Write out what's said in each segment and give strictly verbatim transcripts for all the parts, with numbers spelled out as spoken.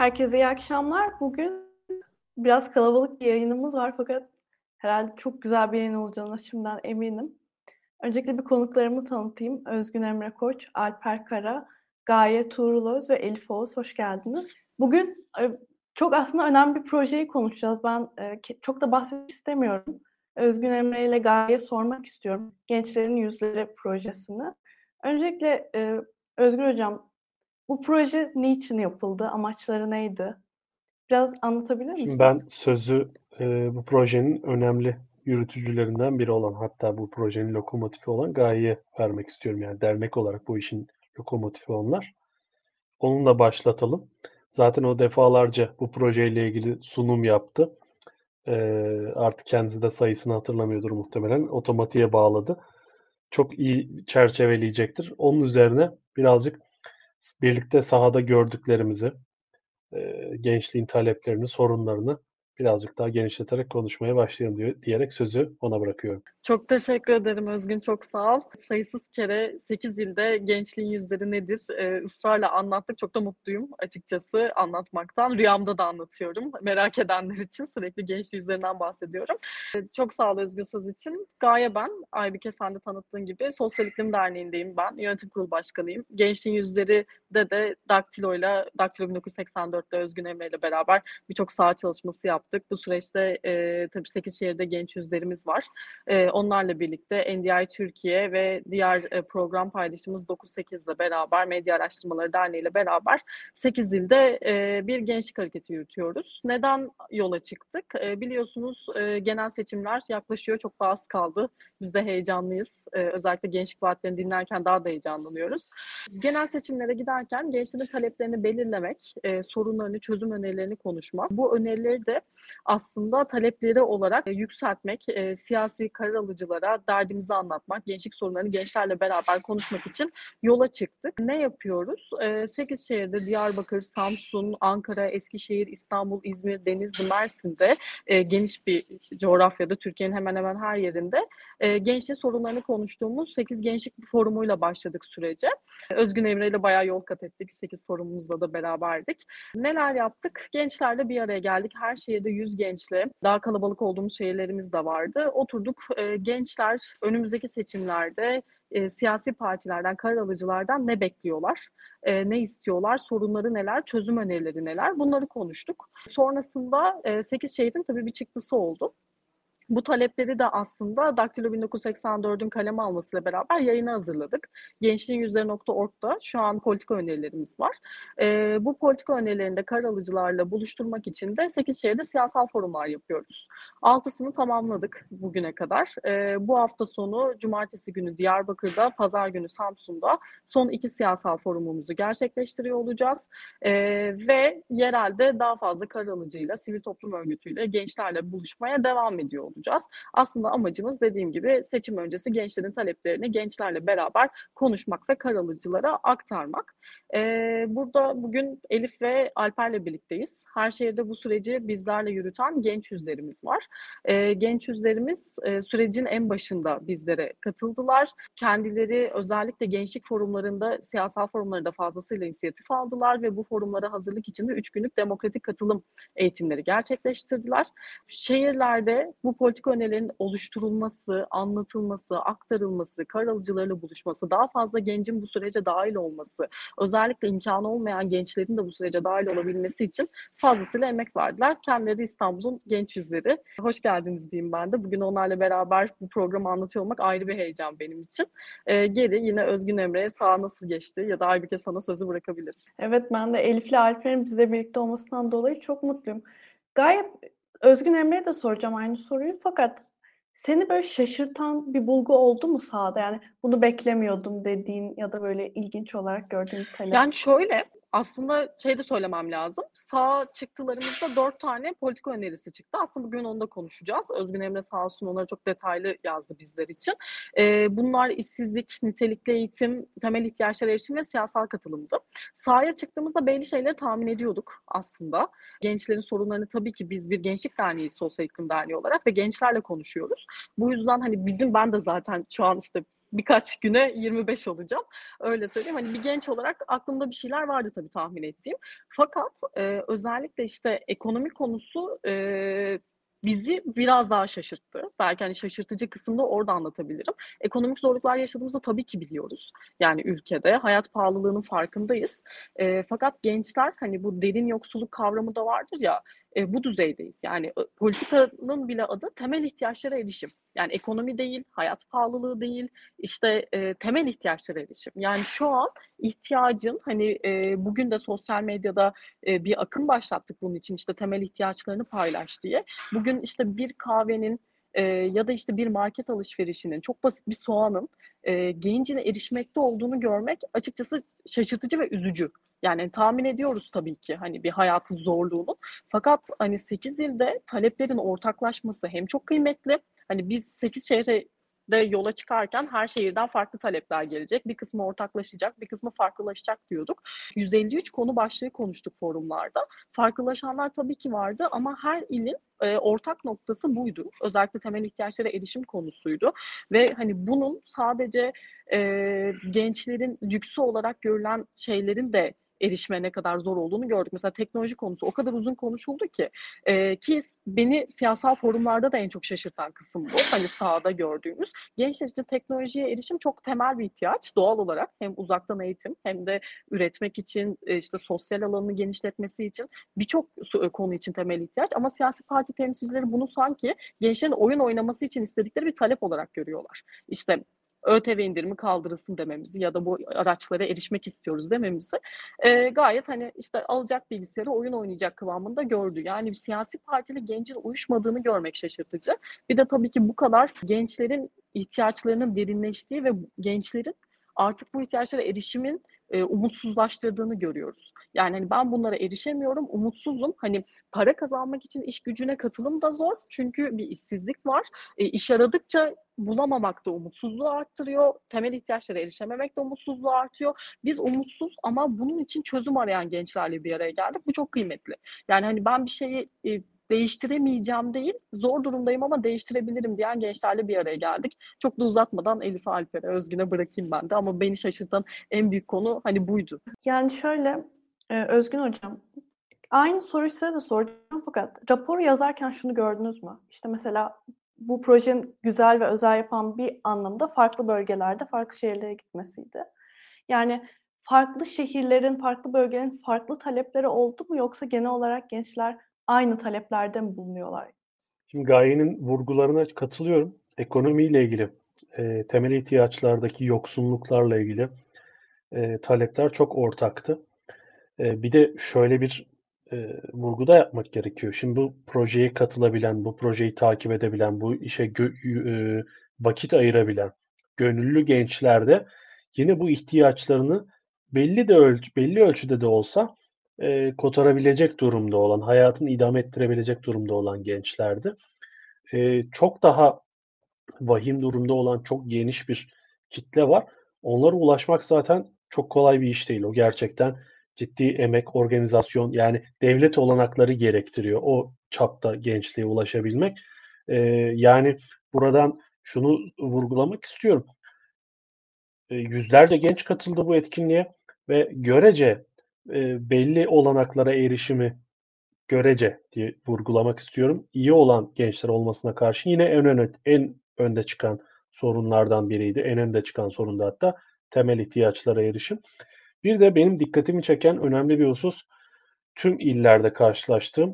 Herkese iyi akşamlar. Bugün biraz kalabalık bir yayınımız var fakat herhâlde çok güzel bir yayın olacağına şimdiden eminim. Öncelikle bir konuklarımı tanıtayım. Özgün Emre Koç, Alper Kara, Gaye Tuğrulöz ve Elif Oğuz. Hoş geldiniz. Bugün, eee, çok aslında önemli bir projeyi konuşacağız. Ben, eee, ke çok da bahsetmek istemiyorum. Özgün Emre ile Gaye'ye sormak istiyorum. Gençlerin Yüzleri projesini. Öncelikle, eee, Özgür Hocam, bu proje niçin yapıldı? Amaçları neydi? Biraz anlatabilir Şimdi misiniz? ben sözü e, bu projenin önemli yürütücülerinden biri olan, hatta bu projenin lokomotifi olan Gaye'ye vermek istiyorum. Yani dernek olarak bu işin lokomotifi onlar. Onunla başlatalım. Zaten o defalarca bu projeyle ilgili sunum yaptı. E, artık kendisi de sayısını hatırlamıyordur muhtemelen. Otomatiğe bağladı. Çok iyi çerçeveleyecektir. Onun üzerine birazcık birlikte sahada gördüklerimizi, e, gençliğin taleplerini, sorunlarını birazcık daha genişleterek konuşmaya başlayalım diyor, diyerek sözü ona bırakıyorum. Çok teşekkür ederim Özgün, çok sağ ol. Sayısız kere sekiz ilde gençliğin yüzleri nedir eee, ısrarla anlattık. Çok da mutluyum açıkçası anlatmaktan. Rüyamda da anlatıyorum. Merak edenler için sürekli genç yüzlerinden bahsediyorum. Eee, Çok sağ ol Özgün söz için. Gaye ben, Aybike sen de tanıttığın gibi Sosyal İklim Derneği'ndeyim ben. Yönetim kurulu başkanıyım. Gençliğin yüzleri de de Daktilo'yla, Daktilo bin dokuz yüz seksen dörtte Özgün Emre ile beraber birçok saha çalışması yaptık. Bu süreçte eee tabii sekiz şehirde genç yüzlerimiz var. Eee, onlarla birlikte N D I Türkiye ve diğer e, program paydaşımız dokuz sekiz ile beraber, Medya Araştırmaları Derneği ile beraber sekiz ilde e, bir gençlik hareketi yürütüyoruz. Neden yola çıktık? E, biliyorsunuz e, genel seçimler yaklaşıyor, çok daha az kaldı. Biz de heyecanlıyız. E, özellikle gençlik vaatlerini dinlerken daha da heyecanlanıyoruz. Genel seçimlere giderken gençlerin taleplerini belirlemek, e, sorunlarını, çözüm önerilerini konuşmak. Bu önerileri de aslında talepleri olarak e, yükseltmek, e, siyasi karar alıcılara derdimizi anlatmak, gençlik sorunlarını gençlerle beraber konuşmak için yola çıktık. Ne yapıyoruz? E, sekiz şehirde Diyarbakır, Samsun, Ankara, Eskişehir, İstanbul, İzmir, Denizli, Mersin'de e, geniş bir coğrafyada Türkiye'nin hemen hemen her yerinde e, gençlik sorunlarını konuştuğumuz sekiz gençlik forumuyla başladık sürece. Özgün Emre ile bayağı yol kat ettik. sekiz forumumuzla da beraberdik. Neler yaptık? Gençlerle bir araya geldik. Her şehirde yüz gençle, daha kalabalık olduğumuz şehirlerimiz de vardı. Oturduk, e, gençler önümüzdeki seçimlerde e, siyasi partilerden, karar alıcılardan ne bekliyorlar, e, ne istiyorlar, sorunları neler, çözüm önerileri neler, bunları konuştuk. Sonrasında e, sekiz şehrin tabii bir çıktısı oldu. Bu talepleri de aslında Daktilo bin dokuz yüz seksen dördün kaleme almasıyla beraber yayına hazırladık. Gençliğin Yüzleri nokta org'da şu an politika önerilerimiz var. Ee, bu politika önerilerini de karar alıcılarla buluşturmak için de sekiz şehirde siyasal forumlar yapıyoruz. Altısını tamamladık bugüne kadar. Ee, bu hafta sonu cumartesi günü Diyarbakır'da, pazar günü Samsun'da son iki siyasal forumumuzu gerçekleştiriyor olacağız. Ee, ve yerelde daha fazla karar alıcıyla, sivil toplum örgütüyle, gençlerle buluşmaya devam ediyor olacağız. Aslında amacımız dediğim gibi seçim öncesi gençlerin taleplerini gençlerle beraber konuşmak ve karar alıcılara aktarmak. Ee, burada bugün Elif ve Alper'le birlikteyiz. Her şehirde bu süreci bizlerle yürüten genç yüzlerimiz var. Ee, genç yüzlerimiz e, sürecin en başında bizlere katıldılar. Kendileri özellikle gençlik forumlarında, siyasal forumlarında fazlasıyla inisiyatif aldılar ve bu forumlara hazırlık için de üç günlük demokratik katılım eğitimleri gerçekleştirdiler. Şehirlerde bu politika önerilerinin oluşturulması, anlatılması, aktarılması, karar alıcılarıyla buluşması, daha fazla gencin bu sürece dahil olması, özellikle imkanı olmayan gençlerin de bu sürece dahil olabilmesi için fazlasıyla emek verdiler. Kendileri İstanbul'un genç yüzleri. Hoş geldiniz diyeyim ben de. Bugün onlarla beraber bu programı anlatıyor olmak ayrı bir heyecan benim için. Ee, geri yine Özgün Emre'ye sağ nasıl geçti ya da Aybüke sana sözü bırakabilirim. Evet, ben de Elif'le Alper'in bizle birlikte olmasından dolayı çok mutluyum. Gayet Özgün Emre'ye de soracağım aynı soruyu fakat seni böyle şaşırtan bir bulgu oldu mu sahada? Yani bunu beklemiyordum dediğin ya da böyle ilginç olarak gördüğün bir talep. Yani şöyle, aslında şey de söylemem lazım. Sağ çıktılarımızda dört tane politika önerisi çıktı. Aslında bugün onu da konuşacağız. Özgün Emre sağ olsun onları çok detaylı yazdı bizler için. Ee, bunlar işsizlik, nitelikli eğitim, temel ihtiyaçlar erişim ve siyasal katılımdı. Sahaya çıktığımızda belli şeyleri tahmin ediyorduk aslında. Gençlerin sorunlarını tabii ki biz bir gençlik derneği, Sosyal İklim Derneği olarak ve gençlerle konuşuyoruz. Bu yüzden hani bizim ben de zaten şu an işte birkaç güne yirmi beş olacağım. Öyle söyleyeyim. Hani bir genç olarak aklımda bir şeyler vardı tabii tahmin ettiğim. Fakat e, özellikle işte ekonomi konusu e, bizi biraz daha şaşırttı. Belki hani şaşırtıcı kısmını orada anlatabilirim. Ekonomik zorluklar yaşadığımızda tabii ki biliyoruz. Yani ülkede hayat pahalılığının farkındayız. E, fakat gençler hani bu derin yoksulluk kavramı da vardır ya, e, bu düzeydeyiz. Yani ö- politikanın bile adı temel ihtiyaçlara erişim. Yani ekonomi değil, hayat pahalılığı değil, işte e, temel ihtiyaçlara erişim. Yani şu an ihtiyacın hani e, bugün de sosyal medyada e, bir akım başlattık bunun için, işte temel ihtiyaçlarını paylaş diye. Bugün işte bir kahvenin e, ya da işte bir market alışverişinin, çok basit bir soğanın e, gencine erişmekte olduğunu görmek açıkçası şaşırtıcı ve üzücü. Yani tahmin ediyoruz tabii ki hani bir hayatın zorluğunu. Fakat hani sekiz ilde taleplerin ortaklaşması hem çok kıymetli. Hani biz sekiz şehre de yola çıkarken her şehirden farklı talepler gelecek. Bir kısmı ortaklaşacak, bir kısmı farklılaşacak diyorduk. yüz elli üç konu başlığı konuştuk forumlarda. Farklılaşanlar tabii ki vardı ama her ilin e, ortak noktası buydu. Özellikle temel ihtiyaçlara erişim konusuydu. Ve hani bunun sadece e, gençlerin lüksü olarak görülen şeylerin de erişime ne kadar zor olduğunu gördük. Mesela teknoloji konusu o kadar uzun konuşuldu ki e, ki beni siyasal forumlarda da en çok şaşırtan kısım bu. Hani sahada gördüğümüz. Gençler için teknolojiye erişim çok temel bir ihtiyaç doğal olarak. Hem uzaktan eğitim hem de üretmek için, e, işte sosyal alanını genişletmesi için birçok konu için temel ihtiyaç. Ama siyasi parti temsilcileri bunu sanki gençlerin oyun oynaması için istedikleri bir talep olarak görüyorlar. İşte ÖTV indirimi kaldırılsın dememizi ya da bu araçlara erişmek istiyoruz dememizi e, gayet hani işte alacak bilgisayarı oyun oynayacak kıvamında gördü. Yani bir siyasi partiyle gencin uyuşmadığını görmek şaşırtıcı. Bir de tabii ki bu kadar gençlerin ihtiyaçlarının derinleştiği ve gençlerin artık bu ihtiyaçlara erişimin e, umutsuzlaştırdığını görüyoruz. Yani hani ben bunlara erişemiyorum, umutsuzum. Hani para kazanmak için iş gücüne katılım da zor. Çünkü bir işsizlik var. E, iş aradıkça bulamamak da umutsuzluğu arttırıyor. Temel ihtiyaçlara erişememek de umutsuzluğu artıyor. Biz umutsuz ama bunun için çözüm arayan gençlerle bir araya geldik. Bu çok kıymetli. Yani hani ben bir şeyi e, değiştiremeyeceğim değil, zor durumdayım ama değiştirebilirim diyen gençlerle bir araya geldik. Çok da uzatmadan Elif'e, Alper'e, Özgün'e bırakayım ben de ama beni şaşırtan en büyük konu hani buydu. Yani şöyle, e, Özgün Hocam, aynı soruyu size de soracağım fakat raporu yazarken şunu gördünüz mü? İşte mesela bu projenin güzel ve özel yapan bir anlamda farklı bölgelerde, farklı şehirlere gitmesiydi. Yani farklı şehirlerin, farklı bölgelerin farklı talepleri oldu mu yoksa genel olarak gençler aynı taleplerde mi bulunuyorlar? Şimdi Gaye'nin vurgularına katılıyorum. Ekonomiyle ilgili, e, temel ihtiyaçlardaki yoksunluklarla ilgili e, talepler çok ortaktı. E, bir de şöyle bir e, vurgu da yapmak gerekiyor. Şimdi bu projeye katılabilen, bu projeyi takip edebilen, bu işe gö- e, vakit ayırabilen gönüllü gençler de yine bu ihtiyaçlarını belli de öl- belli ölçüde de olsa e, kotarabilecek durumda olan, hayatını idame ettirebilecek durumda olan gençlerdi. E, çok daha vahim durumda olan çok geniş bir kitle var. Onlara ulaşmak zaten çok kolay bir iş değil. O gerçekten ciddi emek, organizasyon, yani devlet olanakları gerektiriyor o çapta gençliğe ulaşabilmek. Ee, yani buradan şunu vurgulamak istiyorum. Ee, yüzlerce genç katıldı bu etkinliğe ve görece e, belli olanaklara erişimi görece diye vurgulamak istiyorum. İyi olan gençler olmasına karşı yine en öne, en önde çıkan sorunlardan biriydi. En önde çıkan sorun da hatta temel ihtiyaçlara erişim. Bir de benim dikkatimi çeken önemli bir husus, tüm illerde karşılaştığım,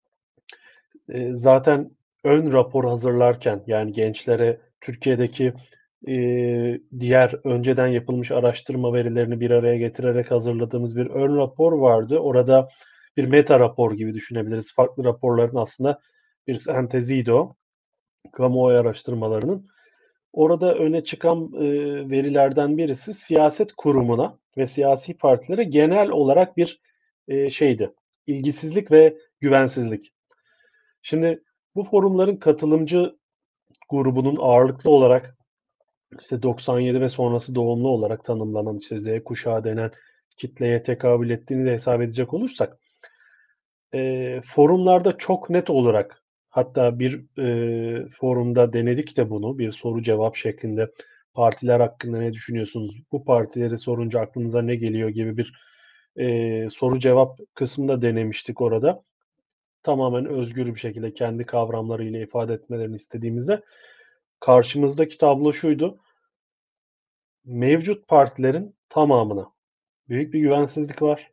e, zaten ön rapor hazırlarken, yani gençlere Türkiye'deki e, diğer önceden yapılmış araştırma verilerini bir araya getirerek hazırladığımız bir ön rapor vardı. Orada bir meta rapor gibi düşünebiliriz. Farklı raporların aslında bir senteziydi o. Kamuoyu araştırmalarının. Orada öne çıkan e, verilerden birisi siyaset kurumuna ve siyasi partilere genel olarak bir e, şeydi. İlgisizlik ve güvensizlik. Şimdi bu forumların katılımcı grubunun ağırlıklı olarak işte doksan yedi ve sonrası doğumlu olarak tanımlanan işte Z kuşağı denen kitleye tekabül ettiğini de hesap edecek olursak e, forumlarda çok net olarak, hatta bir e, forumda denedik de bunu bir soru cevap şeklinde partiler hakkında ne düşünüyorsunuz? Bu partileri sorunca aklınıza ne geliyor gibi bir e, soru cevap kısmında denemiştik orada. Tamamen özgür bir şekilde kendi kavramlarıyla ifade etmelerini istediğimizde karşımızdaki tablo şuydu. Mevcut partilerin tamamına büyük bir güvensizlik var.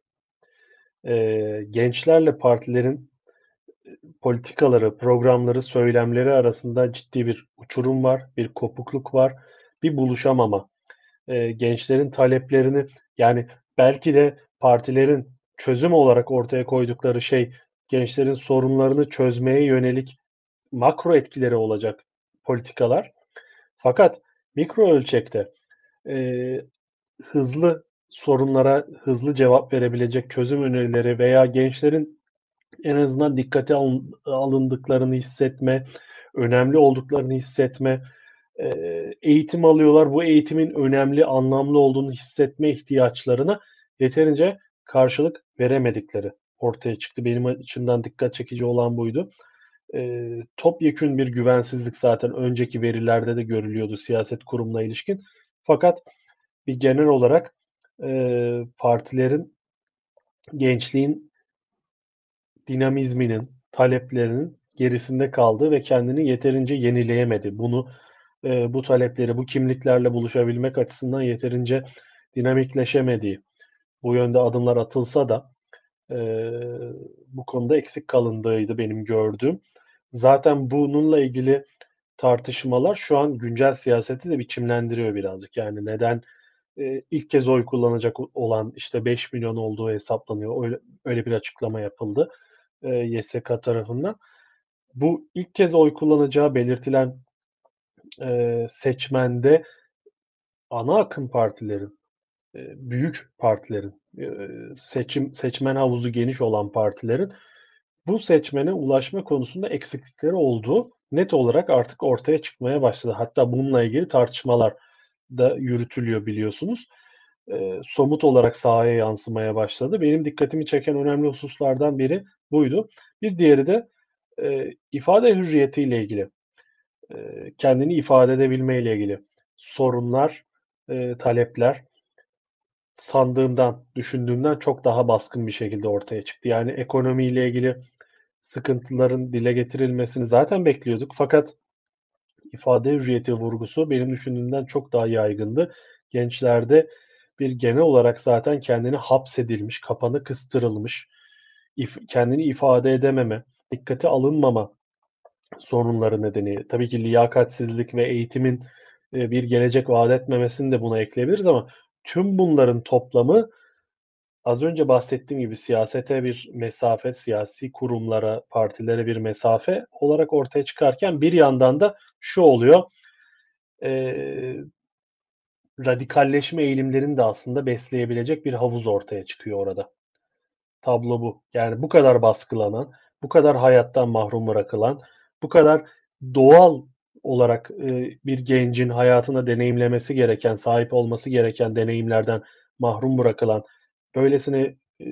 E, gençlerle partilerin politikaları, programları, söylemleri arasında ciddi bir uçurum var, bir kopukluk var, bir buluşamama. E, gençlerin taleplerini, yani belki de partilerin çözüm olarak ortaya koydukları şey gençlerin sorunlarını çözmeye yönelik makro etkileri olacak politikalar. Fakat mikro ölçekte e, hızlı sorunlara hızlı cevap verebilecek çözüm önerileri veya gençlerin en azından dikkate alın- alındıklarını hissetme, önemli olduklarını hissetme, e, eğitim alıyorlar. Bu eğitimin önemli, anlamlı olduğunu hissetme ihtiyaçlarına yeterince karşılık veremedikleri ortaya çıktı. Benim açımdan dikkat çekici olan buydu. E, topyekün bir güvensizlik zaten önceki verilerde de görülüyordu siyaset kurumuna ilişkin. Fakat bir genel olarak e, partilerin, gençliğin dinamizminin, taleplerinin gerisinde kaldı ve kendini yeterince yenileyemedi. Bunu e, bu talepleri, bu kimliklerle buluşabilmek açısından yeterince dinamikleşemediği, bu yönde adımlar atılsa da e, bu konuda eksik kalındığıydı benim gördüğüm. Zaten bununla ilgili tartışmalar şu an güncel siyaseti de biçimlendiriyor birazcık. Yani neden e, ilk kez oy kullanacak olan işte beş milyon olduğu hesaplanıyor. Öyle, öyle bir açıklama yapıldı e, Y S K tarafından. Bu ilk kez oy kullanacağı belirtilen e, seçmende ana akım partilerin, e, büyük partilerin, e, seçim seçmen havuzu geniş olan partilerin bu seçmene ulaşma konusunda eksiklikleri olduğu net olarak artık ortaya çıkmaya başladı. Hatta bununla ilgili tartışmalar da yürütülüyor biliyorsunuz. E, somut olarak sahaya yansımaya başladı. Benim dikkatimi çeken önemli hususlardan biri buydu. Bir diğeri de e, ifade hürriyetiyle ilgili, e, kendini ifade edebilmeyle ilgili sorunlar, e, talepler sandığımdan, düşündüğümden çok daha baskın bir şekilde ortaya çıktı. Yani ekonomiyle ilgili sıkıntıların dile getirilmesini zaten bekliyorduk. Fakat ifade hürriyeti vurgusu benim düşündüğümden çok daha yaygındı. Gençlerde bir genel olarak zaten kendini hapsedilmiş, kapanı kıstırılmış, if- kendini ifade edememe, dikkate alınmama sorunları nedeni. Tabii ki liyakatsizlik ve eğitimin e, bir gelecek vaat etmemesini de buna ekleyebiliriz ama tüm bunların toplamı az önce bahsettiğim gibi siyasete bir mesafe, siyasi kurumlara, partilere bir mesafe olarak ortaya çıkarken bir yandan da şu oluyor, e, radikalleşme eğilimlerini de aslında besleyebilecek bir havuz ortaya çıkıyor orada. Tablo bu. Yani bu kadar baskılanan, bu kadar hayattan mahrum bırakılan, bu kadar doğal olarak e, bir gencin hayatına deneyimlemesi gereken, sahip olması gereken deneyimlerden mahrum bırakılan, böylesine e,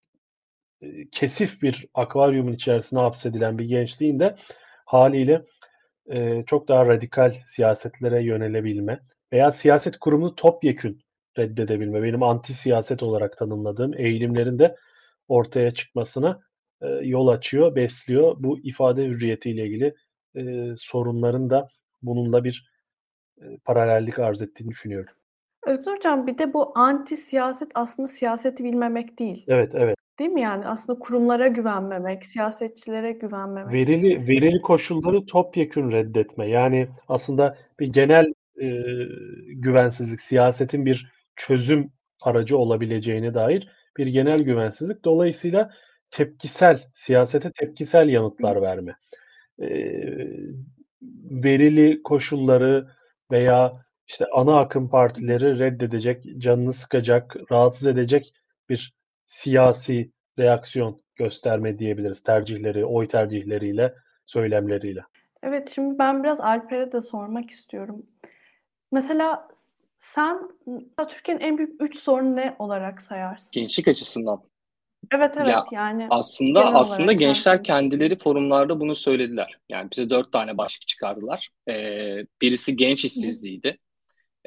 e, kesif bir akvaryumun içerisine hapsedilen bir gençliğin de haliyle e, çok daha radikal siyasetlere yönelebilme veya siyaset kurumunu topyekün reddedebilme, benim anti siyaset olarak tanımladığım eğilimlerin de ortaya çıkmasına e, yol açıyor, besliyor. Bu ifade hürriyetiyle ilgili e, sorunların da bununla bir e, paralellik arz ettiğini düşünüyorum. Özgür Hocam, bir de bu anti siyaset aslında siyaseti bilmemek değil. Evet, evet. Değil mi yani? Aslında kurumlara güvenmemek, siyasetçilere güvenmemek. Verili verili koşulları topyekün reddetme. Yani aslında bir genel e, güvensizlik, siyasetin bir çözüm aracı olabileceğine dair bir genel güvensizlik. Dolayısıyla tepkisel, siyasete tepkisel yanıtlar verme. E, verili koşulları veya işte ana akım partileri reddedecek, canını sıkacak, rahatsız edecek bir siyasi reaksiyon gösterme diyebiliriz. Tercihleri, oy tercihleriyle, söylemleriyle. Evet, şimdi ben biraz Alper'e de sormak istiyorum. Mesela sen Türkiye'nin en büyük üç sorunu ne olarak sayarsın? Gençlik açısından. Evet evet Ya yani aslında genel aslında olarak gençler herkesin kendileri düşündüğü. forumlarda bunu söylediler. Yani bize dört tane başlık çıkardılar. Ee, birisi genç Hı hı. işsizliğiydi.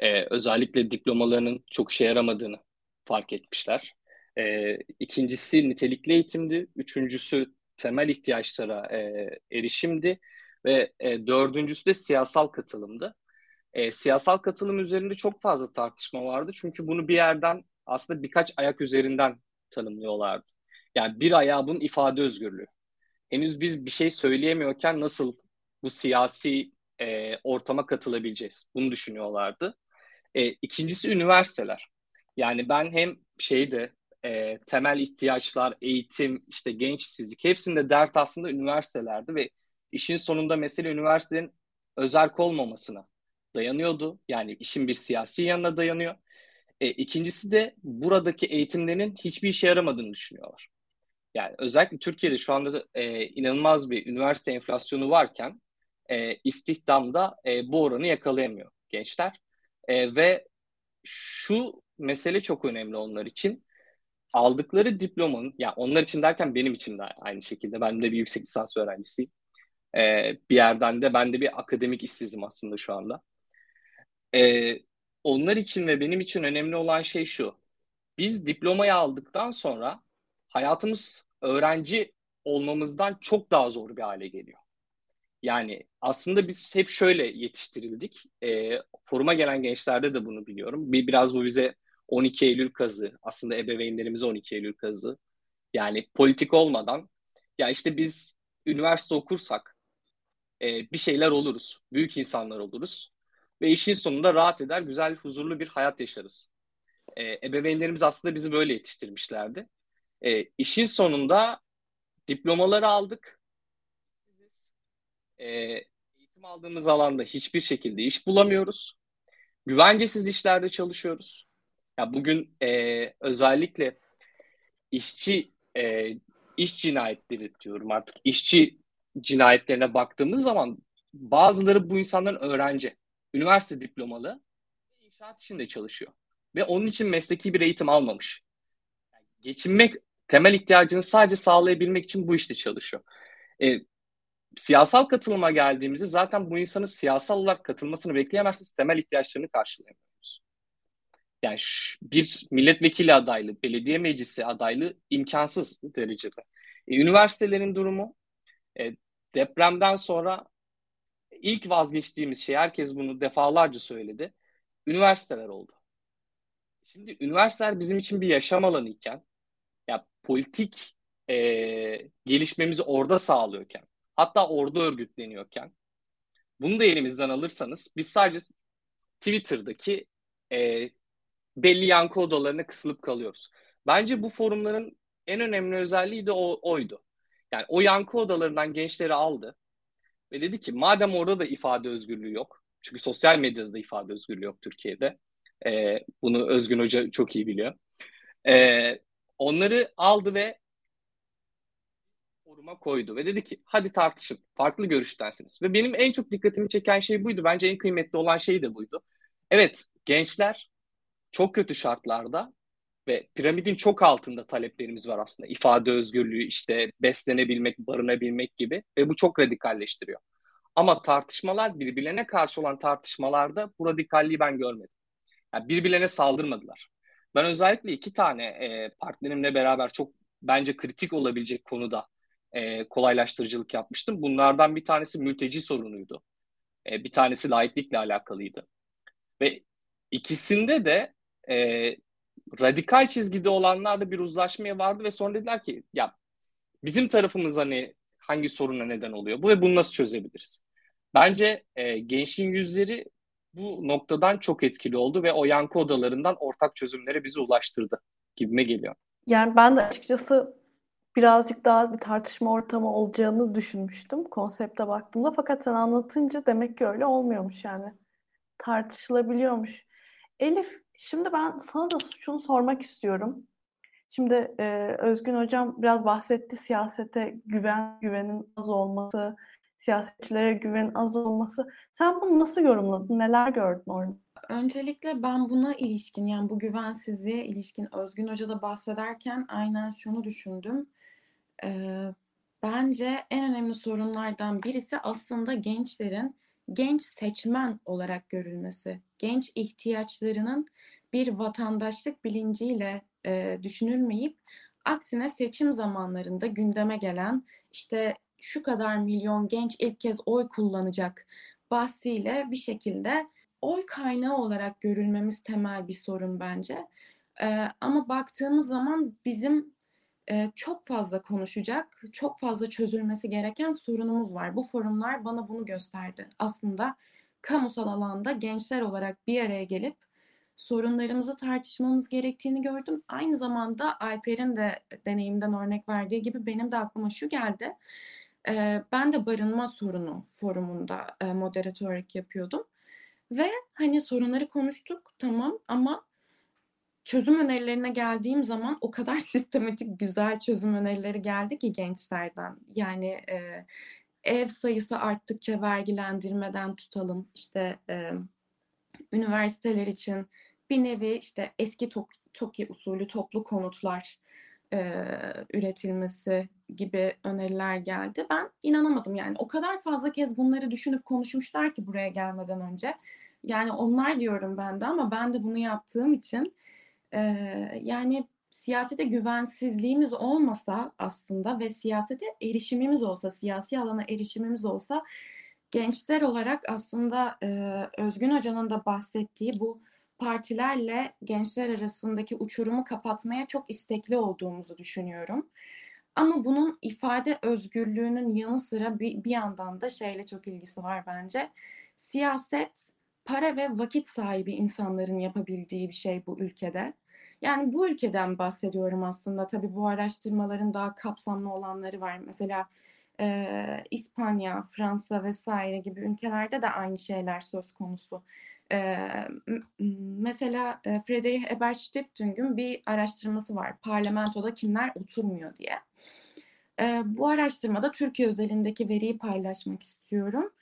Ee, özellikle diplomalarının çok işe yaramadığını fark etmişler. Ee, ikincisi nitelikli eğitimdi. Üçüncüsü temel ihtiyaçlara e, erişimdi. Ve e, dördüncüsü de siyasal katılımdı. E, siyasal katılım üzerinde çok fazla tartışma vardı. Çünkü bunu bir yerden aslında birkaç ayak üzerinden tanımlıyorlardı. Yani bir ayağı bunun ifade özgürlüğü. Henüz biz bir şey söyleyemiyorken nasıl bu siyasi e, ortama katılabileceğiz? Bunu düşünüyorlardı. E, ikincisi üniversiteler. Yani ben hem şeyde e, temel ihtiyaçlar, eğitim, işte genç işsizlik hepsinde dert aslında üniversitelerdi ve işin sonunda mesele üniversitenin özerk olmamasına dayanıyordu. Yani işin bir siyasi yanına dayanıyor. E, ikincisi de buradaki eğitimlerin hiçbir işe yaramadığını düşünüyorlar. Yani özellikle Türkiye'de şu anda da, e, inanılmaz bir üniversite enflasyonu varken e, istihdamda e, bu oranı yakalayamıyor gençler. E, ve şu mesele çok önemli onlar için. Aldıkları diplomanın, ya yani onlar için derken benim için de aynı şekilde. Ben de bir yüksek lisans öğrencisiyim. E, bir yerden de ben de bir akademik işsizim aslında şu anda. E, onlar için ve benim için önemli olan şey şu. Biz diplomayı aldıktan sonra hayatımız öğrenci olmamızdan çok daha zor bir hale geliyor. Yani aslında biz hep şöyle yetiştirildik. E, foruma gelen gençlerde de bunu biliyorum. Bir biraz bu bize on iki Eylül kazı. Aslında ebeveynlerimize on iki Eylül kazı. Yani politik olmadan ya işte biz üniversite okursak e, bir şeyler oluruz. Büyük insanlar oluruz. Ve işin sonunda rahat eder, güzel, huzurlu bir hayat yaşarız. E, ebeveynlerimiz aslında bizi böyle yetiştirmişlerdi. E, işin sonunda diplomaları aldık. E, eğitim aldığımız alanda hiçbir şekilde iş bulamıyoruz. Güvencesiz işlerde çalışıyoruz. Ya bugün e, özellikle işçi e, iş cinayetleri diyorum artık. İşçi cinayetlerine baktığımız zaman bazıları bu insanların öğrenci, üniversite diplomalı, inşaat işinde çalışıyor ve onun için mesleki bir eğitim almamış. Geçinmek, temel ihtiyacını sadece sağlayabilmek için bu işte çalışıyor. E, siyasal katılıma geldiğimizde zaten bu insanın siyasal olarak katılmasını bekleyemezsiniz, temel ihtiyaçlarını karşılayamıyoruz. Yani şu, bir milletvekili adaylığı, belediye meclisi adaylığı imkansız derecede. E, üniversitelerin durumu e, depremden sonra ilk vazgeçtiğimiz şey, herkes bunu defalarca söyledi, üniversiteler oldu. Şimdi üniversiteler bizim için bir yaşam alanı iken, ya politik e, gelişmemizi orada sağlıyorken, hatta orada örgütleniyorken, bunu da elimizden alırsanız biz sadece Twitter'daki e, belli yankı odalarına kısılıp kalıyoruz. Bence bu forumların en önemli özelliği de o, oydu. Yani o yankı odalarından gençleri aldı ve dedi ki madem orada da ifade özgürlüğü yok, çünkü sosyal medyada da ifade özgürlüğü yok Türkiye'de. E, bunu Özgün Hoca çok iyi biliyor. E, onları aldı ve foruma koydu ve dedi ki hadi tartışın. Farklı görüştensiniz. Ve benim en çok dikkatimi çeken şey buydu. Bence en kıymetli olan şey de buydu. Evet, gençler çok kötü şartlarda ve piramidin çok altında taleplerimiz var aslında. İfade özgürlüğü, işte beslenebilmek, barınabilmek gibi ve bu çok radikalleştiriyor. Ama tartışmalar, birbirlerine karşı olan tartışmalarda bu radikalliği ben görmedim. Yani birbirlerine saldırmadılar. Ben özellikle iki tane e, partnerimle beraber çok bence kritik olabilecek konuda e, kolaylaştırıcılık yapmıştım. Bunlardan bir tanesi mülteci sorunuydu. E, bir tanesi laiklikle alakalıydı. Ve ikisinde de e, radikal çizgide olanlarla bir uzlaşmaya vardı ve sonra dediler ki ya bizim tarafımız hani hangi soruna neden oluyor bu ve bunu nasıl çözebiliriz? Bence e, gençliğin yüzleri bu noktadan çok etkili oldu ve o yankı odalarından ortak çözümlere bizi ulaştırdı gibime geliyor. Yani ben de açıkçası birazcık daha bir tartışma ortamı olacağını düşünmüştüm konsepte baktığımda. Fakat sen anlatınca demek ki öyle olmuyormuş yani. Tartışılabiliyormuş. Elif, şimdi ben sana da şunu sormak istiyorum. Şimdi e, Özgün Hocam biraz bahsetti siyasete güven, güvenin az olması, siyasetçilere güvenin az olması. Sen bunu nasıl yorumladın? Neler gördün orada? Öncelikle ben buna ilişkin, yani bu güvensizliğe ilişkin Özgün Hoca'da bahsederken aynen şunu düşündüm. Ee, bence en önemli sorunlardan birisi aslında gençlerin genç seçmen olarak görülmesi, genç ihtiyaçlarının bir vatandaşlık bilinciyle e, düşünülmeyip aksine seçim zamanlarında gündeme gelen işte şu kadar milyon genç ilk kez oy kullanacak bahsiyle bir şekilde oy kaynağı olarak görülmemiz temel bir sorun bence. Ee, ama baktığımız zaman bizim e, çok fazla konuşacak, çok fazla çözülmesi gereken sorunumuz var. Bu forumlar bana bunu gösterdi. Aslında kamusal alanda gençler olarak bir araya gelip sorunlarımızı tartışmamız gerektiğini gördüm. Aynı zamanda Alper'in de deneyimden örnek verdiği gibi benim de aklıma şu geldi. Ee, ben de barınma sorunu forumunda e, moderatörlük yapıyordum. Ve hani sorunları konuştuk tamam ama çözüm önerilerine geldiğim zaman o kadar sistematik güzel çözüm önerileri geldi ki gençlerden. Yani e, ev sayısı arttıkça vergilendirmeden tutalım. İşte e, üniversiteler için bir nevi işte eski TOKİ usulü toplu konutlar e, üretilmesi gibi öneriler geldi. Ben inanamadım yani. O kadar fazla kez bunları düşünüp konuşmuşlar ki buraya gelmeden önce. Yani onlar diyorum ben de ama ben de bunu yaptığım için e, yani siyasete güvensizliğimiz olmasa aslında ve siyasete erişimimiz olsa, siyasi alana erişimimiz olsa gençler olarak aslında e, Özgün Hoca'nın da bahsettiği bu partilerle gençler arasındaki uçurumu kapatmaya çok istekli olduğumuzu düşünüyorum. Ama bunun ifade özgürlüğünün yanı sıra bir, bir yandan da şeyle çok ilgisi var bence. Siyaset, para ve vakit sahibi insanların yapabildiği bir şey bu ülkede. Yani bu ülkeden bahsediyorum aslında. Tabii bu araştırmaların daha kapsamlı olanları var. Mesela e, İspanya, Fransa vesaire gibi ülkelerde de aynı şeyler söz konusu. E, mesela e, Friedrich Ebert Stiftung'un bir araştırması var. Parlamentoda kimler oturmuyor diye. E, bu araştırmada Türkiye özelindeki veriyi paylaşmak istiyorum.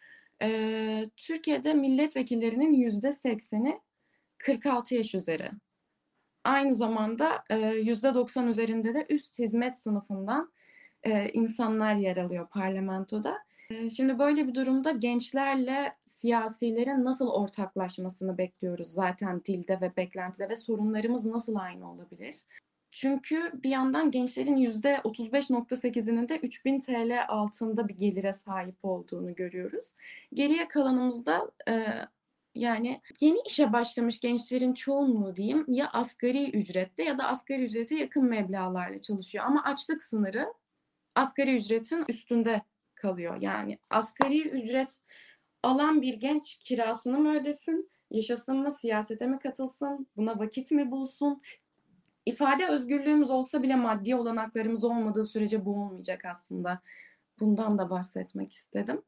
E, Türkiye'de milletvekillerinin yüzde sekseni kırk altı yaş üzeri. Aynı zamanda yüzde doksan üzerinde de üst hizmet sınıfından e, insanlar yer alıyor parlamentoda. E, şimdi böyle bir durumda gençlerle siyasilerin nasıl ortaklaşmasını bekliyoruz zaten dilde ve beklentide ve sorunlarımız nasıl aynı olabilir? Çünkü bir yandan gençlerin yüzde otuz beş nokta sekizinin de üç bin T L altında bir gelire sahip olduğunu görüyoruz. Geriye kalanımızda e, yani yeni işe başlamış gençlerin çoğunluğu diyeyim ya asgari ücretle ya da asgari ücrete yakın meblağlarla çalışıyor. Ama açlık sınırı asgari ücretin üstünde kalıyor. Yani asgari ücret alan bir genç kirasını mı ödesin, yaşasın mı, siyasete mi katılsın, buna vakit mi bulsun? İfade özgürlüğümüz olsa bile maddi olanaklarımız olmadığı sürece bu olmayacak aslında. Bundan da bahsetmek istedim.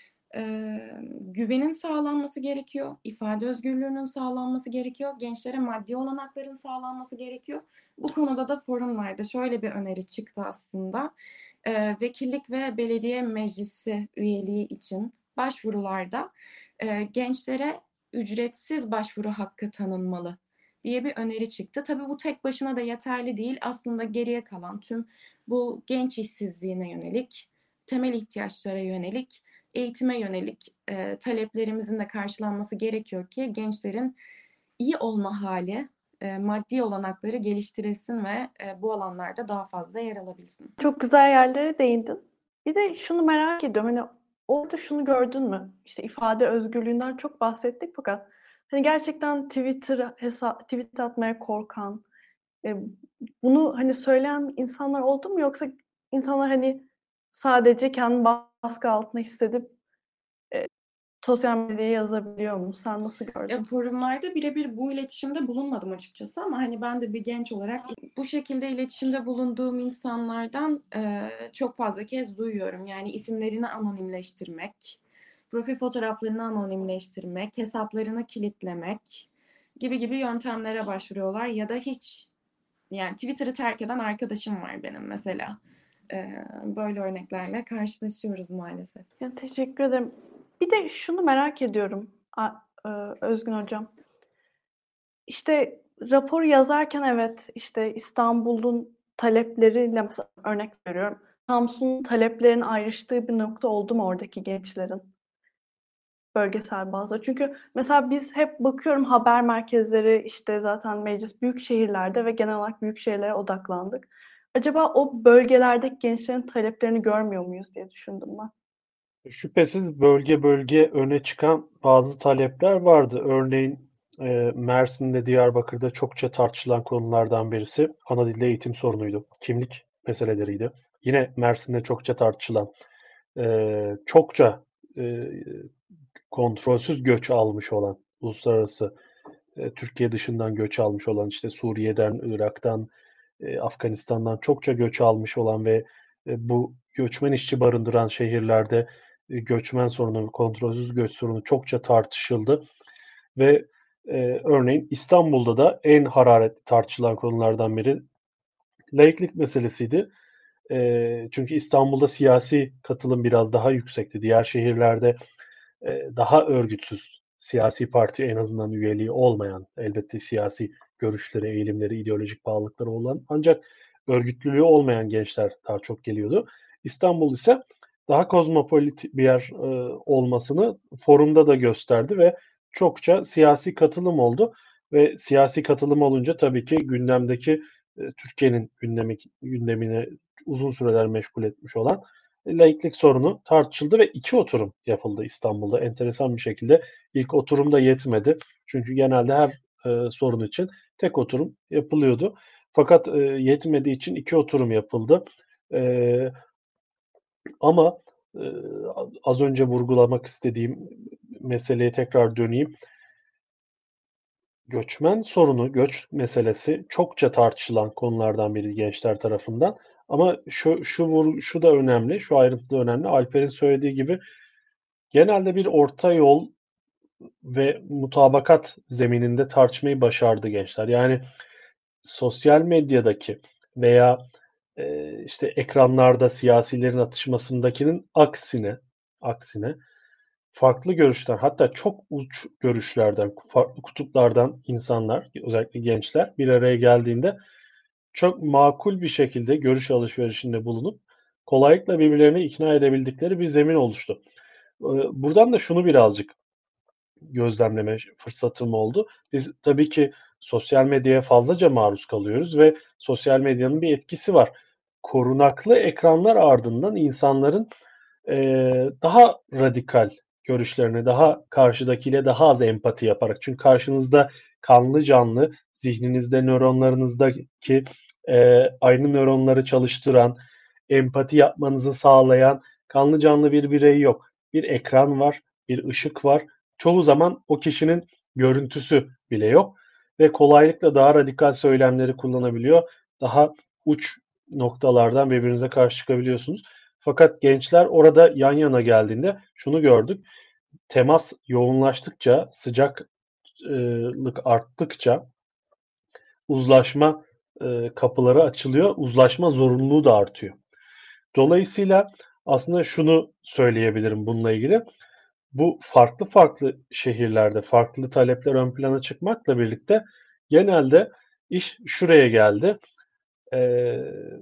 Ee, güvenin sağlanması gerekiyor, ifade özgürlüğünün sağlanması gerekiyor, gençlere maddi olanakların sağlanması gerekiyor. Bu konuda da forumlarda şöyle bir öneri çıktı aslında. Ee, vekillik ve belediye meclisi üyeliği için başvurularda e, gençlere ücretsiz başvuru hakkı tanınmalı diye bir öneri çıktı. Tabii bu tek başına da yeterli değil. Aslında geriye kalan tüm bu genç işsizliğine yönelik, temel ihtiyaçlara yönelik, eğitime yönelik e, taleplerimizin de karşılanması gerekiyor ki gençlerin iyi olma hali, e, maddi olanakları geliştirilsin ve e, bu alanlarda daha fazla yer alabilsin. Çok güzel yerlere değindin. Bir de şunu merak ediyorum. Hani orada şunu gördün mü? İşte ifade özgürlüğünden çok bahsettik fakat hani gerçekten Twitter hesap tweet atmaya korkan, e, bunu hani söyleyen insanlar oldu mu yoksa insanlar hani sadece kendini baskı altında hissedip e, sosyal medyaya yazabiliyor mu? Sen nasıl gördün? Ya, forumlarda birebir bu iletişimde bulunmadım açıkçası ama hani ben de bir genç olarak bu şekilde iletişimde bulunduğum insanlardan e, çok fazla kez duyuyorum. Yani isimlerini anonimleştirmek, profil fotoğraflarını anonimleştirmek, hesaplarını kilitlemek gibi gibi yöntemlere başvuruyorlar ya da hiç yani Twitter'ı terk eden arkadaşım var benim mesela. E, böyle örneklerle karşılaşıyoruz maalesef. Ya, teşekkür ederim. Bir de şunu merak ediyorum Özgün Hocam. İşte rapor yazarken evet işte İstanbul'un talepleriyle mesela örnek veriyorum. Samsun'un taleplerinin ayrıştığı bir nokta oldu mu oradaki gençlerin? bölgesel bazda? Çünkü mesela biz hep bakıyorum haber merkezleri işte zaten meclis büyük şehirlerde ve genel olarak büyük şehirlere odaklandık. Acaba o bölgelerdeki gençlerin taleplerini görmüyor muyuz diye düşündüm ben. Şüphesiz bölge bölge öne çıkan bazı talepler vardı. Örneğin e, Mersin'de, Diyarbakır'da çokça tartışılan konulardan birisi ana dilde eğitim sorunuydu. Kimlik meseleleriydi. Yine Mersin'de çokça tartışılan, e, çokça e, kontrolsüz göç almış olan, uluslararası e, Türkiye dışından göç almış olan, işte Suriye'den, Irak'tan, e, Afganistan'dan çokça göç almış olan ve e, bu göçmen işçi barındıran şehirlerde e, göçmen sorunu, kontrolsüz göç sorunu çokça tartışıldı ve e, örneğin İstanbul'da da en hararetli tartışılan konulardan biri laiklik meselesiydi. E, çünkü İstanbul'da siyasi katılım biraz daha yüksekti. Diğer şehirlerde e, daha örgütsüz, siyasi parti en azından üyeliği olmayan, elbette siyasi görüşleri, eğilimleri, ideolojik bağlılıkları olan ancak örgütlülüğü olmayan gençler daha çok geliyordu. İstanbul ise daha kozmopolit bir yer e, olmasını forumda da gösterdi ve çokça siyasi katılım oldu ve siyasi katılım olunca tabii ki gündemdeki e, Türkiye'nin gündemi, gündemini uzun süreler meşgul etmiş olan laiklik sorunu tartışıldı ve iki oturum yapıldı İstanbul'da. Enteresan bir şekilde ilk oturumda yetmedi. Çünkü genelde her e, sorun için tek oturum yapılıyordu. Fakat e, yetmediği için iki oturum yapıldı. E, ama e, az önce vurgulamak istediğim meseleye tekrar döneyim. Göçmen sorunu, göç meselesi çokça tartışılan konulardan biri gençler tarafından. Ama şu şu vur, şu da önemli, şu ayrıntı da önemli. Alper'in söylediği gibi genelde bir orta yol ve mutabakat zemininde tartışmayı başardı gençler. Yani sosyal medyadaki veya e, işte ekranlarda siyasilerin atışmasındakinin aksine aksine farklı görüşler, hatta çok uç görüşlerden, farklı kutuplardan insanlar, özellikle gençler bir araya geldiğinde çok makul bir şekilde görüş alışverişinde bulunup kolaylıkla birbirlerini ikna edebildikleri bir zemin oluştu. Buradan da şunu birazcık gözlemleme fırsatım oldu. Biz tabii ki sosyal medyaya fazlaca maruz kalıyoruz ve sosyal medyanın bir etkisi var. Korunaklı ekranlar ardından insanların eee, daha radikal görüşlerini, daha karşıdakiyle daha az empati yaparak, çünkü karşınızda kanlı canlı, zihninizde, nöronlarınızdaki eee, aynı nöronları çalıştıran, empati yapmanızı sağlayan kanlı canlı bir birey yok. Bir ekran var, bir ışık var. Çoğu zaman o kişinin görüntüsü bile yok ve kolaylıkla daha radikal söylemleri kullanabiliyor. Daha uç noktalardan birbirinize karşı çıkabiliyorsunuz. Fakat gençler orada yan yana geldiğinde şunu gördük. Temas yoğunlaştıkça, sıcaklık arttıkça uzlaşma e, kapıları açılıyor. Uzlaşma zorunluluğu da artıyor. Dolayısıyla aslında şunu söyleyebilirim bununla ilgili. Bu farklı farklı şehirlerde farklı talepler ön plana çıkmakla birlikte genelde iş şuraya geldi. Ee,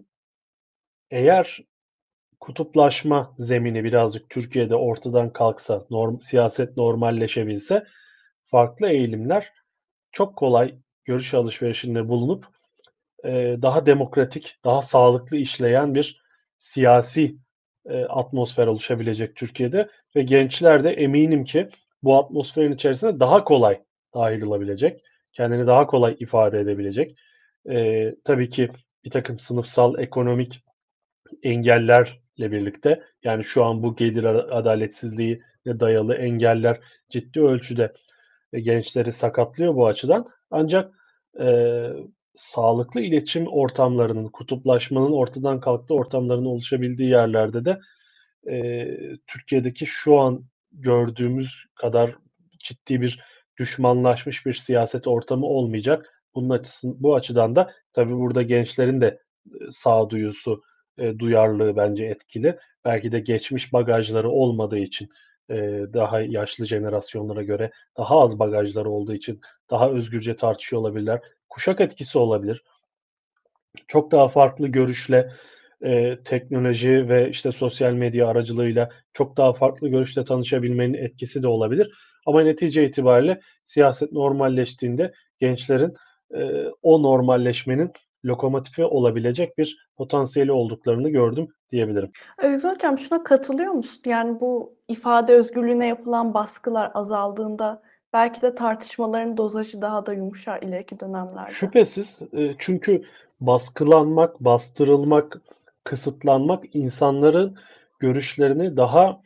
eğer kutuplaşma zemini birazcık Türkiye'de ortadan kalksa, norm, siyaset normalleşebilse, farklı eğilimler çok kolay görüş alışverişinde bulunup e, daha demokratik, daha sağlıklı işleyen bir siyasi e, atmosfer oluşabilecek Türkiye'de ve gençler de eminim ki bu atmosferin içerisine daha kolay dahil olabilecek, kendini daha kolay ifade edebilecek. E, tabii ki bir takım sınıfsal, ekonomik engellerle birlikte, yani şu an bu gelir adaletsizliğine dayalı engeller ciddi ölçüde e, gençleri sakatlıyor bu açıdan. Ancak e, sağlıklı iletişim ortamlarının, kutuplaşmanın ortadan kalktığı ortamların oluşabildiği yerlerde de e, Türkiye'deki şu an gördüğümüz kadar ciddi bir düşmanlaşmış bir siyaset ortamı olmayacak. Bunun açısından, bu açıdan da tabii burada gençlerin de e, sağduyusu, e, duyarlılığı bence etkili. Belki de geçmiş bagajları olmadığı için e, daha yaşlı jenerasyonlara göre daha az bagajları olduğu için daha özgürce tartışıyor olabilirler. Kuşak etkisi olabilir. Çok daha farklı görüşle e, teknoloji ve işte sosyal medya aracılığıyla çok daha farklı görüşle tanışabilmenin etkisi de olabilir. Ama netice itibariyle siyaset normalleştiğinde gençlerin e, o normalleşmenin lokomotifi olabilecek bir potansiyeli olduklarını gördüm diyebilirim. Özgün Hocam şuna katılıyor musun? Yani bu ifade özgürlüğüne yapılan baskılar azaldığında belki de tartışmaların dozajı daha da yumuşar ileriki dönemlerde. Şüphesiz. E, çünkü baskılanmak, bastırılmak, kısıtlanmak insanların görüşlerini daha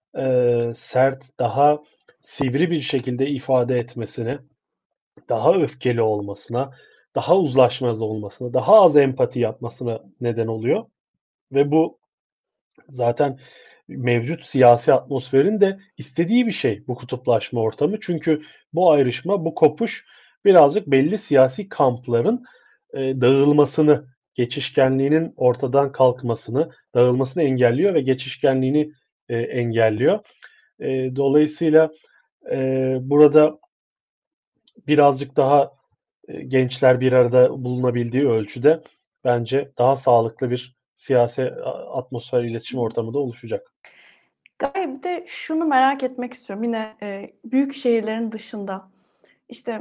e, sert, daha sivri bir şekilde ifade etmesine, daha öfkeli olmasına, daha uzlaşmaz olmasına, daha az empati yapmasına neden oluyor. Ve bu zaten mevcut siyasi atmosferin de istediği bir şey bu kutuplaşma ortamı. Çünkü bu ayrışma, bu kopuş birazcık belli siyasi kampların e, dağılmasını, geçişkenliğinin ortadan kalkmasını, dağılmasını engelliyor ve geçişkenliğini e, engelliyor. E, dolayısıyla e, burada birazcık daha e, gençler bir arada bulunabildiği ölçüde bence daha sağlıklı bir siyasi atmosfer, iletişim ortamı da oluşacak. Gaye bir de şunu merak etmek istiyorum. Yine e, büyük şehirlerin dışında işte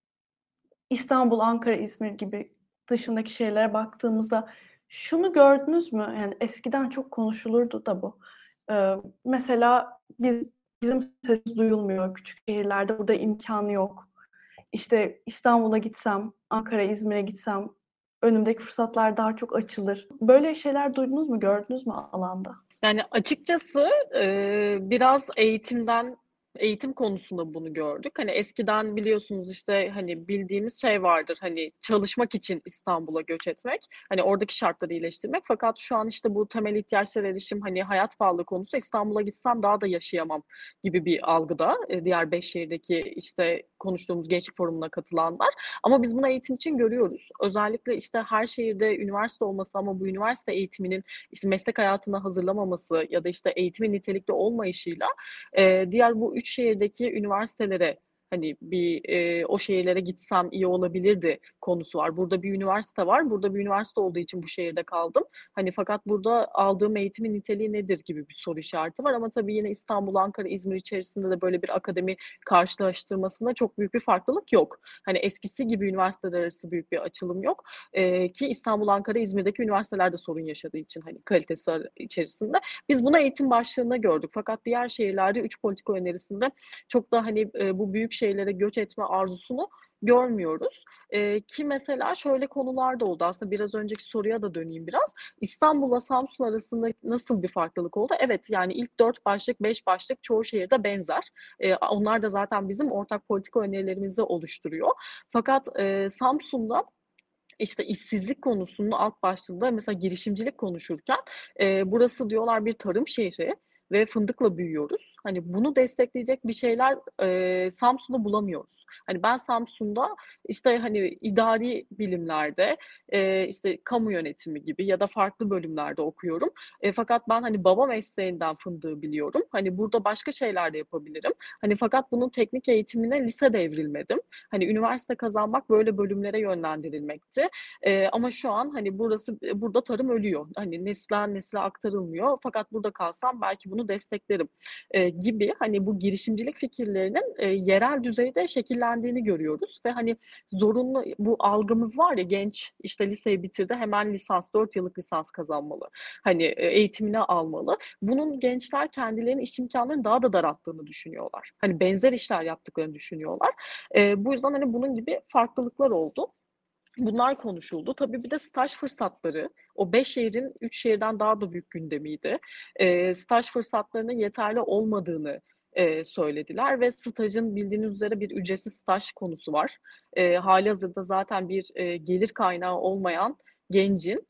İstanbul, Ankara, İzmir gibi dışındaki şehirlere baktığımızda şunu gördünüz mü? Yani eskiden çok konuşulurdu da bu. Ee, mesela biz bizim sesimiz duyulmuyor küçük şehirlerde. Burada imkanı yok. İşte İstanbul'a gitsem, Ankara, İzmir'e gitsem önümdeki fırsatlar daha çok açılır. Böyle şeyler duydunuz mu, gördünüz mü alanda? Yani açıkçası e, biraz eğitimden eğitim konusunda bunu gördük. Hani eskiden biliyorsunuz işte hani bildiğimiz şey vardır hani çalışmak için İstanbul'a göç etmek. Hani oradaki şartları iyileştirmek. Fakat şu an işte bu temel ihtiyaçlara erişim hani hayat pahalı konusu İstanbul'a gitsem daha da yaşayamam gibi bir algıda. E, diğer beş şehirdeki işte konuştuğumuz gençlik forumuna katılanlar. Ama biz bunu eğitim için görüyoruz. Özellikle işte her şehirde üniversite olması ama bu üniversite eğitiminin işte meslek hayatına hazırlamaması ya da işte eğitimin nitelikli olmayışıyla e, diğer bu üç şehirdeki üniversitelere hani bir e, o şehirlere gitsem iyi olabilirdi konusu var. Burada bir üniversite var. Burada bir üniversite olduğu için bu şehirde kaldım. Hani fakat burada aldığım eğitimin niteliği nedir gibi bir soru işareti var. Ama tabii yine İstanbul, Ankara, İzmir içerisinde de böyle bir akademi karşılaştırmasında çok büyük bir farklılık yok. Hani eskisi gibi üniversiteler arası büyük bir açılım yok. Ee, ki İstanbul, Ankara, İzmir'deki üniversitelerde sorun yaşadığı için hani kalitesi içerisinde. Biz bunu eğitim başlığında gördük. Fakat diğer şehirlerde üç politika önerisinde çok da hani e, bu büyük şehirlere göç etme arzusunu görmüyoruz. Ee, ki mesela şöyle konular da oldu. Aslında biraz önceki soruya da döneyim biraz. İstanbul'la Samsun arasında nasıl bir farklılık oldu? Evet yani ilk dört başlık, beş başlık çoğu şehirde benzer. Ee, onlar da zaten bizim ortak politika önerilerimizi oluşturuyor. Fakat e, Samsun'da işte işsizlik konusunun alt başlığında mesela girişimcilik konuşurken e, burası diyorlar bir tarım şehri ve fındıkla büyüyoruz. Hani bunu destekleyecek bir şeyler e, Samsun'da bulamıyoruz. Hani ben Samsun'da işte hani idari bilimlerde e, işte kamu yönetimi gibi ya da farklı bölümlerde okuyorum. E, fakat ben hani baba mesleğinden fındığı biliyorum. Hani burada başka şeyler de yapabilirim. Hani fakat bunun teknik eğitimine lisede evrilmedim. Hani üniversite kazanmak böyle bölümlere yönlendirilmekti. Ee, ama şu an hani burası burada tarım ölüyor. Hani nesilden nesile aktarılmıyor. Fakat burada kalsam belki bunu desteklerim ee, gibi hani bu girişimcilik fikirlerinin e, yerel düzeyde şekillendiğini görüyoruz ve hani zorunlu bu algımız var ya genç işte liseyi bitirdi hemen lisans dört yıllık lisans kazanmalı. Hani e, eğitimini almalı. Bunun gençler kendilerinin iş imkanlarını daha da daralttığını düşünüyorlar. Hani benzer işler yaptıklarını düşünüyorlar. E, bu yüzden hani bunun gibi farklılıklar oldu. Bunlar konuşuldu. Tabii bir de staj fırsatları. O beş şehrin üç şehirden daha da büyük gündemiydi. E, staj fırsatlarının yeterli olmadığını e, söylediler ve stajın bildiğiniz üzere bir ücretsiz staj konusu var. E, halihazırda zaten bir e, gelir kaynağı olmayan gencin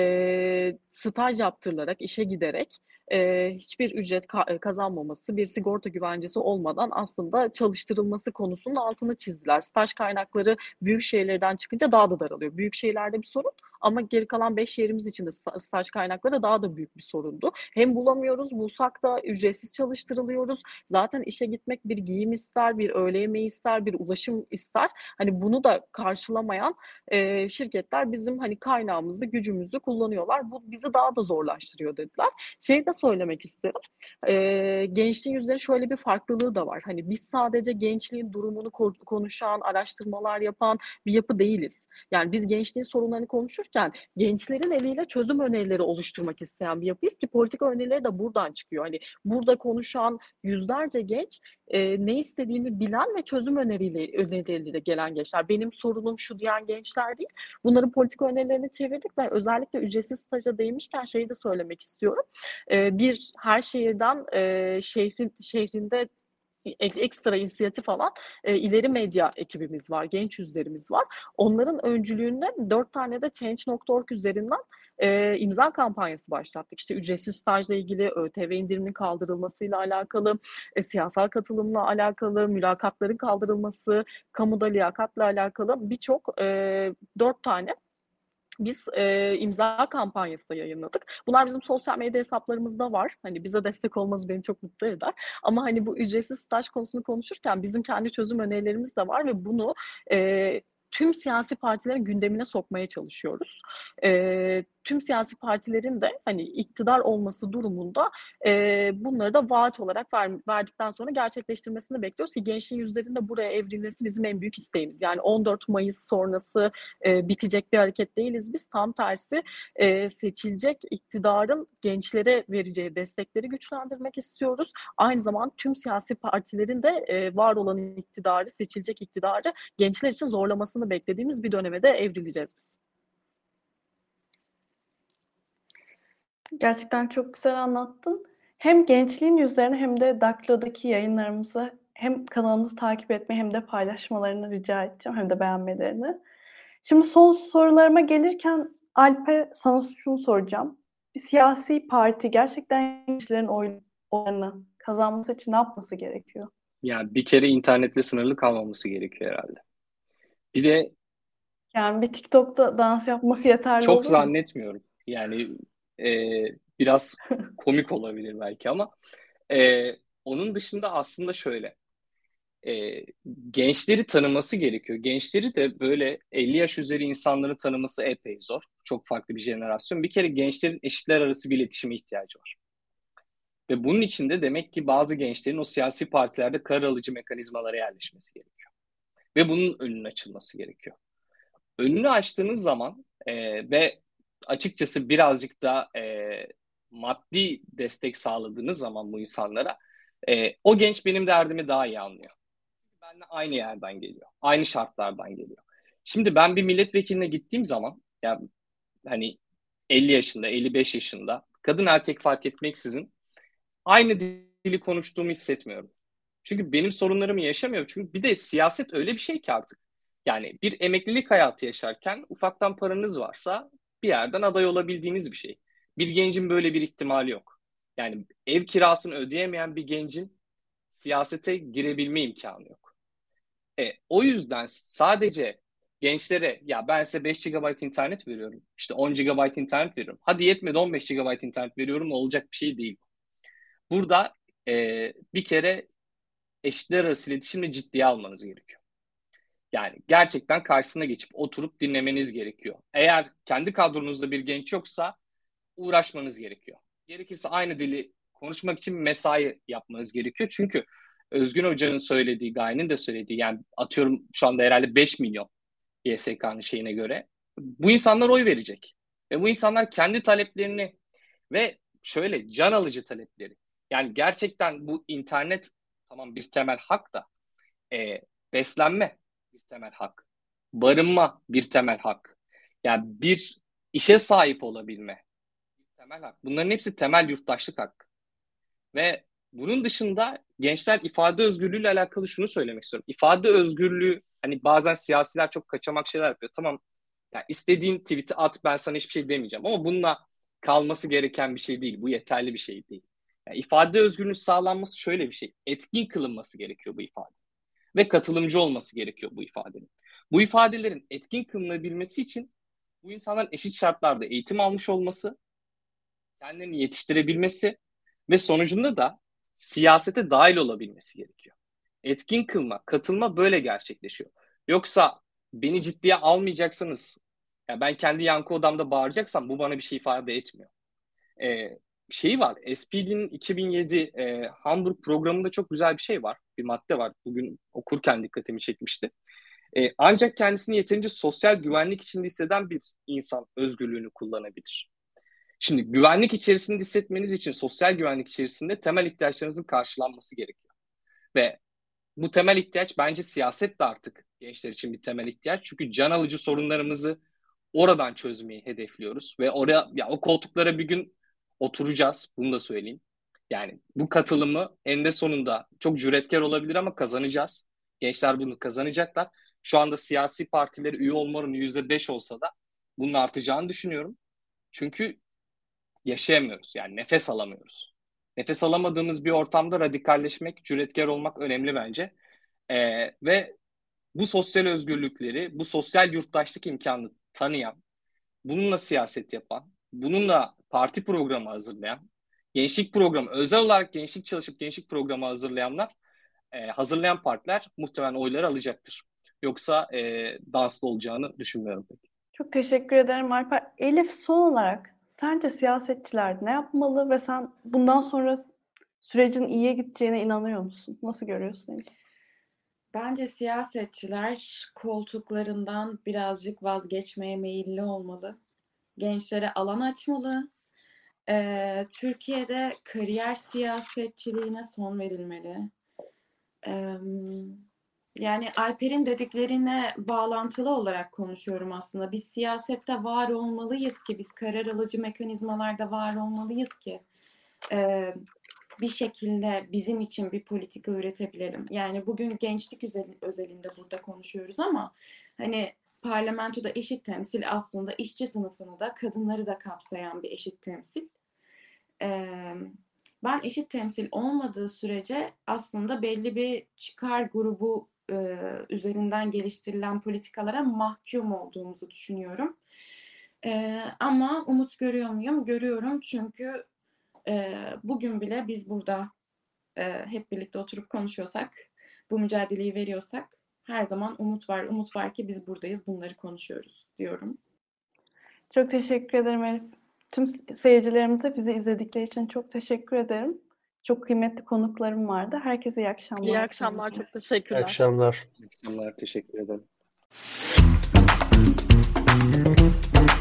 e, staj yaptırılarak, işe giderek e, hiçbir ücret ka- kazanmaması, bir sigorta güvencesi olmadan aslında çalıştırılması konusunun altını çizdiler. Staj kaynakları büyük şehirlerden çıkınca daha da daralıyor. Büyük şehirlerde bir sorun Ama geri kalan beş yerimiz için de staj kaynakları daha da büyük bir sorundu. Hem bulamıyoruz, bulsak da ücretsiz çalıştırılıyoruz. Zaten işe gitmek bir giyim ister, bir öğle yemeği ister, bir ulaşım ister. Hani bunu da karşılamayan e, şirketler bizim hani kaynağımızı, gücümüzü kullanıyorlar. Bu bizi daha da zorlaştırıyor dediler. Şeyi de söylemek isterim. E, gençliğin yüzleri şöyle bir farklılığı da var. Hani biz sadece gençliğin durumunu konuşan, araştırmalar yapan bir yapı değiliz. Yani biz gençliğin sorunlarını konuşurken gençlerin eliyle çözüm önerileri oluşturmak isteyen bir yapıyız ki politika önerileri de buradan çıkıyor. Hani burada konuşan yüzlerce genç e, ne istediğini bilen ve çözüm öneriyle, önerileriyle gelen gençler. Benim sorunum şu diyen gençler değil. Bunların politika önerilerini çevirdik ve özellikle ücretsiz staja değmişken şeyi de söylemek istiyorum. E, bir her şehirden e, şehrin şehrinde ekstra inisiyatif alan e, ileri medya ekibimiz var, genç yüzlerimiz var. Onların öncülüğünde dört tane de change nokta org üzerinden e, imza kampanyası başlattık. İşte ücretsiz stajla ilgili, ÖTV indiriminin kaldırılmasıyla alakalı, e, siyasal katılımla alakalı, mülakatların kaldırılması, kamuda liyakatla alakalı birçok e, dört tane biz e, imza kampanyası da yayınladık. Bunlar bizim sosyal medya hesaplarımızda var. Hani bize destek olmanız beni çok mutlu eder. Ama hani bu ücretsiz staj konusunu konuşurken bizim kendi çözüm önerilerimiz de var ve bunu e, tüm siyasi partilerin gündemine sokmaya çalışıyoruz. E, tüm siyasi partilerin de hani iktidar olması durumunda e, bunları da vaat olarak ver, verdikten sonra gerçekleştirmesini bekliyoruz ki gençliğin yüzlerinde buraya evrilmesi bizim en büyük isteğimiz. Yani on dört Mayıs sonrası e, bitecek bir hareket değiliz biz. Tam tersi e, seçilecek iktidarın gençlere vereceği destekleri güçlendirmek istiyoruz. Aynı zamanda tüm siyasi partilerin de e, var olan iktidarı, seçilecek iktidarı gençler için zorlamasını beklediğimiz bir döneme de evrileceğiz biz. Gerçekten çok güzel anlattın. Hem gençliğin yüzlerini hem de Daklo'daki yayınlarımızı hem kanalımızı takip etmeyi hem de paylaşmalarını rica edeceğim. Hem de beğenmelerini. Şimdi son sorularıma gelirken Alper sana şunu soracağım. Bir siyasi parti gerçekten gençlerin oylarını kazanması için ne yapması gerekiyor? Yani bir kere internetle sınırlı kalmaması gerekiyor herhalde. Bir de Yani bir TikTok'ta dans yapmak yeterli çok olur mu? zannetmiyorum. Yani e, biraz komik olabilir belki ama e, onun dışında aslında şöyle. E, gençleri tanıması gerekiyor. Gençleri de böyle elli yaş üzeri insanları tanıması epey zor. Çok farklı bir jenerasyon. Bir kere gençlerin eşitler arası bir iletişime ihtiyacı var. Ve bunun için de demek ki bazı gençlerin o siyasi partilerde karar alıcı mekanizmalara yerleşmesi gerekiyor. Ve bunun önünün açılması gerekiyor. Önünü açtığınız zaman e, ve açıkçası birazcık da e, maddi destek sağladığınız zaman bu insanlara e, o genç benim derdimi daha iyi anlıyor. Benimle aynı yerden geliyor. Aynı şartlardan geliyor. Şimdi ben bir milletvekiline gittiğim zaman yani hani elli yaşında, elli beş yaşında kadın erkek fark etmeksizin aynı dili konuştuğumu hissetmiyorum. Çünkü benim sorunlarımı yaşamıyor. Çünkü bir de siyaset öyle bir şey ki artık. Yani bir emeklilik hayatı yaşarken ufaktan paranız varsa bir yerden aday olabildiğiniz bir şey. Bir gencin böyle bir ihtimali yok. Yani ev kirasını ödeyemeyen bir gencin siyasete girebilme imkanı yok. E, o yüzden sadece gençlere ya ben size beş gigabayt internet veriyorum. İşte on gigabayt internet veriyorum. Hadi yetmedi on beş gigabayt internet veriyorum olacak bir şey değil. Burada e, bir kere eşitler arası iletişimle ciddiye almanız gerekiyor. Yani gerçekten karşısına geçip oturup dinlemeniz gerekiyor. Eğer kendi kadronuzda bir genç yoksa uğraşmanız gerekiyor. Gerekirse aynı dili konuşmak için mesai yapmanız gerekiyor. Çünkü Özgün Hoca'nın söylediği, Gaye'nin de söylediği yani atıyorum şu anda herhalde beş milyon Y S K'nın şeyine göre bu insanlar oy verecek. Ve bu insanlar kendi taleplerini ve şöyle can alıcı talepleri yani gerçekten bu internet tamam bir temel hak da e, beslenme bir temel hak. Barınma bir temel hak. Yani bir işe sahip olabilme bir temel hak. Bunların hepsi temel yurttaşlık hakkı. Ve bunun dışında gençler ifade özgürlüğüyle alakalı şunu söylemek istiyorum. İfade özgürlüğü hani bazen siyasiler çok kaçamak şeyler yapıyor. Tamam yani istediğin tweet'i at ben sana hiçbir şey demeyeceğim ama bununla kalması gereken bir şey değil. Bu yeterli bir şey değil. Yani ifade özgürlüğünün sağlanması şöyle bir şey. Etkin kılınması gerekiyor bu ifade. Ve katılımcı olması gerekiyor bu ifadenin. Bu ifadelerin etkin kılınabilmesi için bu insanların eşit şartlarda eğitim almış olması, kendilerini yetiştirebilmesi ve sonucunda da siyasete dahil olabilmesi gerekiyor. Etkin kılma, katılma böyle gerçekleşiyor. Yoksa beni ciddiye almayacaksanız, ya ben kendi yankı odamda bağıracaksam bu bana bir şey ifade etmiyor. Ee, şeyi var, S P D'nin iki bin yedi e, Hamburg programında çok güzel bir şey var. Bir madde var. Bugün okurken dikkatimi çekmişti. Ee, ancak kendisini yeterince sosyal güvenlik içinde hisseden bir insan özgürlüğünü kullanabilir. Şimdi güvenlik içerisinde hissetmeniz için sosyal güvenlik içerisinde temel ihtiyaçlarınızın karşılanması gerekiyor. Ve bu temel ihtiyaç bence siyaset de artık gençler için bir temel ihtiyaç. Çünkü can alıcı sorunlarımızı oradan çözmeyi hedefliyoruz. Ve oraya, ya o koltuklara bir gün oturacağız. Bunu da söyleyeyim. Yani bu katılımı eninde sonunda çok cüretkar olabilir ama kazanacağız. Gençler bunu kazanacaklar. Şu anda siyasi partileri üye olma oranı yüzde beş olsa da bunun artacağını düşünüyorum. Çünkü yaşayamıyoruz. Yani nefes alamıyoruz. Nefes alamadığımız bir ortamda radikalleşmek, cüretkar olmak önemli bence. Ee, ve bu sosyal özgürlükleri, bu sosyal yurttaşlık imkanını tanıyan, bununla siyaset yapan, bununla parti programı hazırlayan, gençlik programı, özel olarak gençlik çalışıp gençlik programı hazırlayanlar, e, hazırlayan partiler muhtemelen oyları alacaktır. Yoksa e, danslı olacağını düşünmüyorum pek. Çok teşekkür ederim Alper. Elif, son olarak sence siyasetçiler ne yapmalı ve sen bundan sonra sürecin iyiye gideceğine inanıyor musun? Nasıl görüyorsun Elif? Bence siyasetçiler koltuklarından birazcık vazgeçmeye meyilli olmalı. Gençlere alan açmalı. Ee, Türkiye'de kariyer siyasetçiliğine son verilmeli. Ee, yani Alper'in dediklerine bağlantılı olarak konuşuyorum aslında. Biz siyasette var olmalıyız ki, biz karar alıcı mekanizmalarda var olmalıyız ki e, bir şekilde bizim için bir politika üretebilelim. Yani bugün gençlik özelinde burada konuşuyoruz ama hani parlamentoda eşit temsil aslında işçi sınıfını da kadınları da kapsayan bir eşit temsil. Ee, ben eşit temsil olmadığı sürece aslında belli bir çıkar grubu e, üzerinden geliştirilen politikalara mahkum olduğumuzu düşünüyorum. E, ama umut görüyor muyum? Görüyorum, çünkü e, bugün bile biz burada e, hep birlikte oturup konuşuyorsak, bu mücadeleyi veriyorsak her zaman umut var. Umut var ki biz buradayız, bunları konuşuyoruz diyorum. Çok teşekkür ederim Elif. Tüm seyircilerimize bizi izledikleri için çok teşekkür ederim. Çok kıymetli konuklarım vardı. Herkese iyi akşamlar. İyi akşamlar, çok teşekkürler. İyi akşamlar. İyi akşamlar, teşekkür ederim.